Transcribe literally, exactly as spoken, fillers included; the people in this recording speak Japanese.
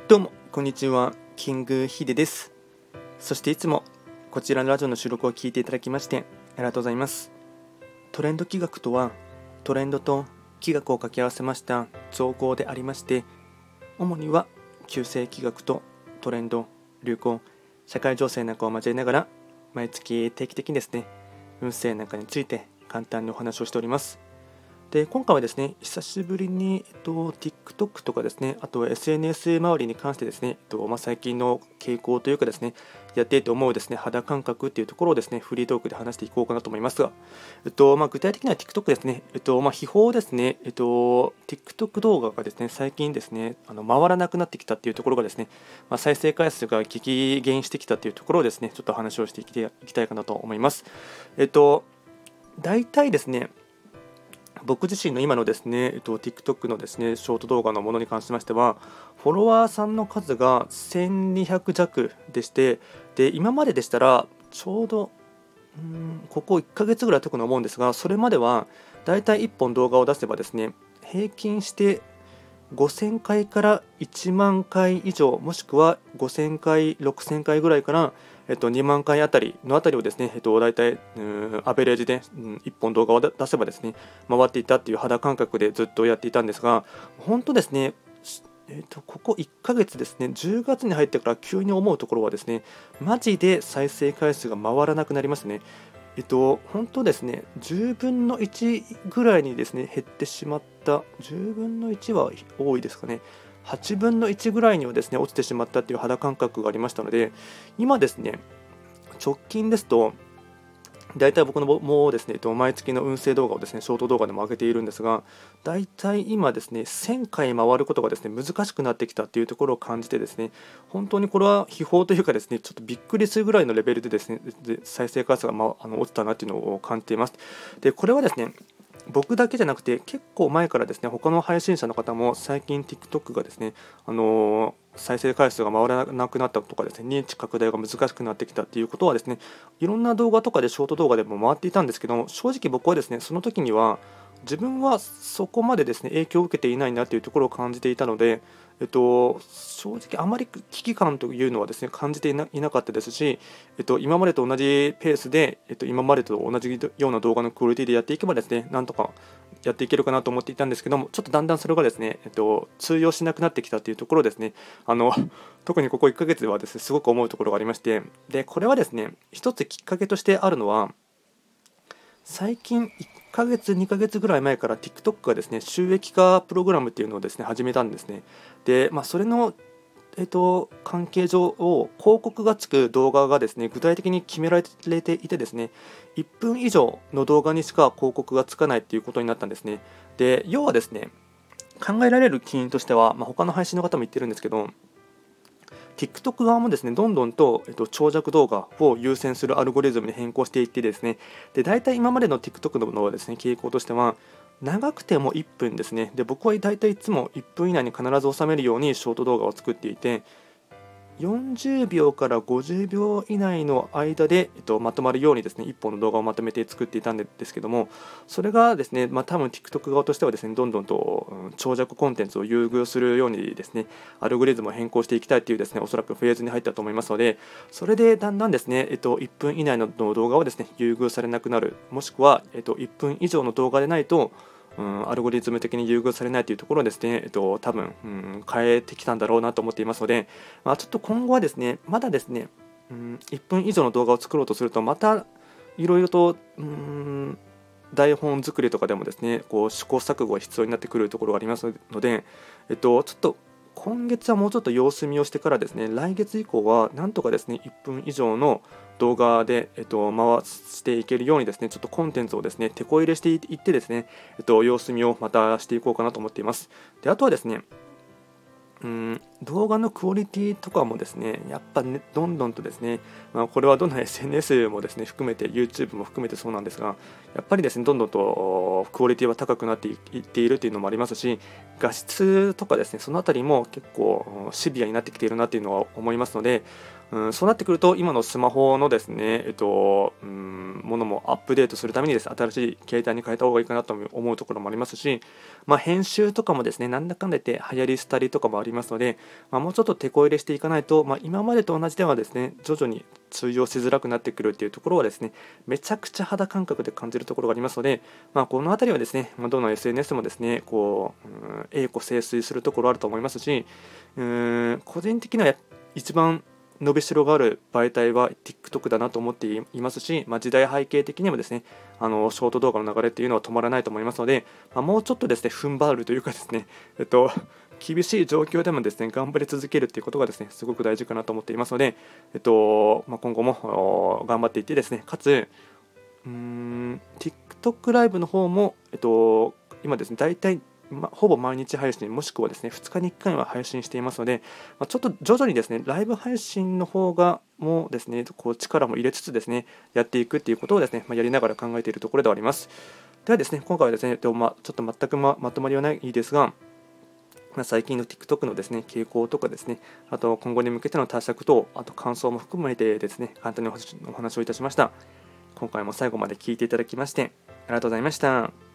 どうもこんにちは、キングヒデです。そしていつもこちらのラジオの収録を聞いていただきましてありがとうございます。トレンド企画とは、トレンドと企画を掛け合わせました造語でありまして、主には旧世企画とトレンド、流行、社会情勢なんかを交えながら毎月定期的にですね、運勢なんかについて簡単にお話をしております。で今回はですね、久しぶりに、えっと、TikTok とかですね、あとは エスエヌエス 周りに関してですね、えっとまあ、最近の傾向というかですね、やっていて思うですね、肌感覚っていうところをですね、フリートークで話していこうかなと思いますが、えっとまあ、具体的には TikTok ですね、えっとまあ、秘宝ですね、えっと、TikTok 動画がですね、最近ですね、あの回らなくなってきたっていうところがですね、まあ、再生回数が激減してきたっていうところをですね、ちょっと話をしていきたいかなと思います。えっと、大体ですね、僕自身の今のですね、えっと、TikTok のですね、ショート動画のものに関しましては、フォロワーさんの数がせんにひゃく弱でして、で、今まででしたら、ちょうど、うーんここいっかげつぐらい特に思うんですが、それまでは、だいたいいっぽん動画を出せばですね、平均してごせんかいからいちまんかい以上、もしくはごせんかい、ろくせんかいぐらいから、えっと、にまんかいあたりのあたりをですね、えっと、大体、うん、アベレージで、うん、いっぽん動画を出せばですね、回っていたっていう肌感覚でずっとやっていたんですが、本当ですね、えっと、ここいっかげつですね、じゅうがつに入ってから急に思うところはですね、マジで再生回数が回らなくなりますね。えっと、本当ですね、じゅうぶんのいちぐらいにですね、減ってしまった、じゅうぶんのいちは多いですかね、はちぶんのいちぐらいにはですね、落ちてしまったっていう肌感覚がありましたので、今ですね、直近ですと、大体僕のもですね、えっと毎月の運勢動画をですね、ショート動画でも上げているんですが、大体今ですね、せんかい回ることがですね、難しくなってきたっていうところを感じてですね、本当にこれは秘宝というかですね、ちょっとびっくりするぐらいのレベルでですね、で再生回数が、ま、あの落ちたなっていうのを感じています。で、これはですね、僕だけじゃなくて結構前からですね、他の配信者の方も最近 TikTok がですね、あのー再生回数が回らなくなったとかですね、認知拡大が難しくなってきたっていうことはですね、いろんな動画とかでショート動画でも回っていたんですけども、正直僕はですね、その時には自分はそこまでですね、影響を受けていないなというところを感じていたので、えっと、正直あまり危機感というのはですね、感じていな、いなかったですし、えっと、今までと同じペースで、えっと、今までと同じような動画のクオリティでやっていけばですね、なんとかやっていけるかなと思っていたんですけども、ちょっとだんだんそれがですね、えっと、通用しなくなってきたというところですね、あの特にここいっかげつではですね、すごく思うところがありまして、で、これはですね、一つきっかけとしてあるのは、最近いっかげつ、にかげつぐらい前から TikTok がですね、収益化プログラムっていうのをですね、始めたんですね。で、まあ、それのえっと、関係上を広告がつく動画がですね、具体的に決められていてですね、いっぷん以上の動画にしか広告がつかないということになったんですね。で、要はですね、考えられる起因としては、まあ、他の配信の方も言ってるんですけど、TikTok 側もですね、どんどんと、えっと、長尺動画を優先するアルゴリズムに変更していってですね、で、大体今までの TikTok のですね、傾向としては、長くてもいっぷんですね。で、僕は大体いつもいっぷん以内に必ず収めるようにショート動画を作っていて、よんじゅうびょうからごじゅうびょう以内の間で、えっと、まとまるようにですね、いっぽんの動画をまとめて作っていたんですけども、それがですね、まあ、多分 TikTok 側としてはですね、どんどんと、うん、長尺コンテンツを優遇するようにですね、アルゴリズムを変更していきたいというですね、おそらくフェーズに入ったと思いますので、それでだんだんですね、えっと、いっぷん以内の動画はですね、優遇されなくなる、もしくは、えっと、いっぷん以上の動画でないと、うん、アルゴリズム的に優遇されないというところをですね、えっと、多分、うん、変えてきたんだろうなと思っていますので、まあ、ちょっと今後はですね、まだですね、うん、いっぷん以上の動画を作ろうとすると、またいろいろと、うん、台本作りとかでもですね、こう試行錯誤が必要になってくるところがありますので、えっと、ちょっと今月はもうちょっと様子見をしてからですね、来月以降はなんとかですね、いっぷん以上の動画で、えっと、回していけるようにですね、ちょっとコンテンツをですね、手こ入れしていってですね、えっと、様子見をまたしていこうかなと思っています。で、あとはですね、うん、動画のクオリティとかもですね、やっぱね、どんどんとですね、まあ、これはどの エスエヌエス もですね、含めて YouTube も含めてそうなんですが、やっぱりですね、どんどんとクオリティは高くなっていっているというのもありますし、画質とかですね、そのあたりも結構シビアになってきているなというのは思いますので、 うん、そうなってくると今のスマホのですね、えっと、うん、ものもアップデートするためにですね、新しい携帯に変えた方がいいかなと思うところもありますし、まあ、編集とかもですね、なんだかんだ言って流行り廃りとかもありますので、まあ、もうちょっと手こ入れしていかないと、まあ、今までと同じではですね、徐々に通用しづらくなってくるっていうところはですね、めちゃくちゃ肌感覚で感じるところがありますので、まあ、このあたりはですね、まあ、どの エスエヌエス もですね、こう、うん、栄枯盛衰するところあると思いますし、うーん、個人的には一番伸びしろがある媒体は TikTok だなと思っていますし、まあ、時代背景的にもですね、あのショート動画の流れっていうのは止まらないと思いますので、まあ、もうちょっとですね、踏ん張るというかですね、えっと、厳しい状況でもですね、頑張り続けるっていうことがですね、すごく大事かなと思っていますので、えっと、まあ、今後も頑張っていってですね、かつ、うーん、TikTok ライブの方も、えっと、今ですね、大体、ま、ほぼ毎日配信、もしくはですね、ふつかにいっかいは配信していますので、まあ、ちょっと徐々にですね、ライブ配信の方がもうですね、こう力も入れつつですね、やっていくっていうことをですね、まあ、やりながら考えているところではあります。ではですね、今回はですね、えっとまあ、ちょっと全く ま, まとまりはないですが、まあ、最近の TikTok のですね、傾向とかですね、あと今後に向けての対策と、あと感想も含めてですね、簡単にお話をいたしました。今回も最後まで聞いていただきまして、ありがとうございました。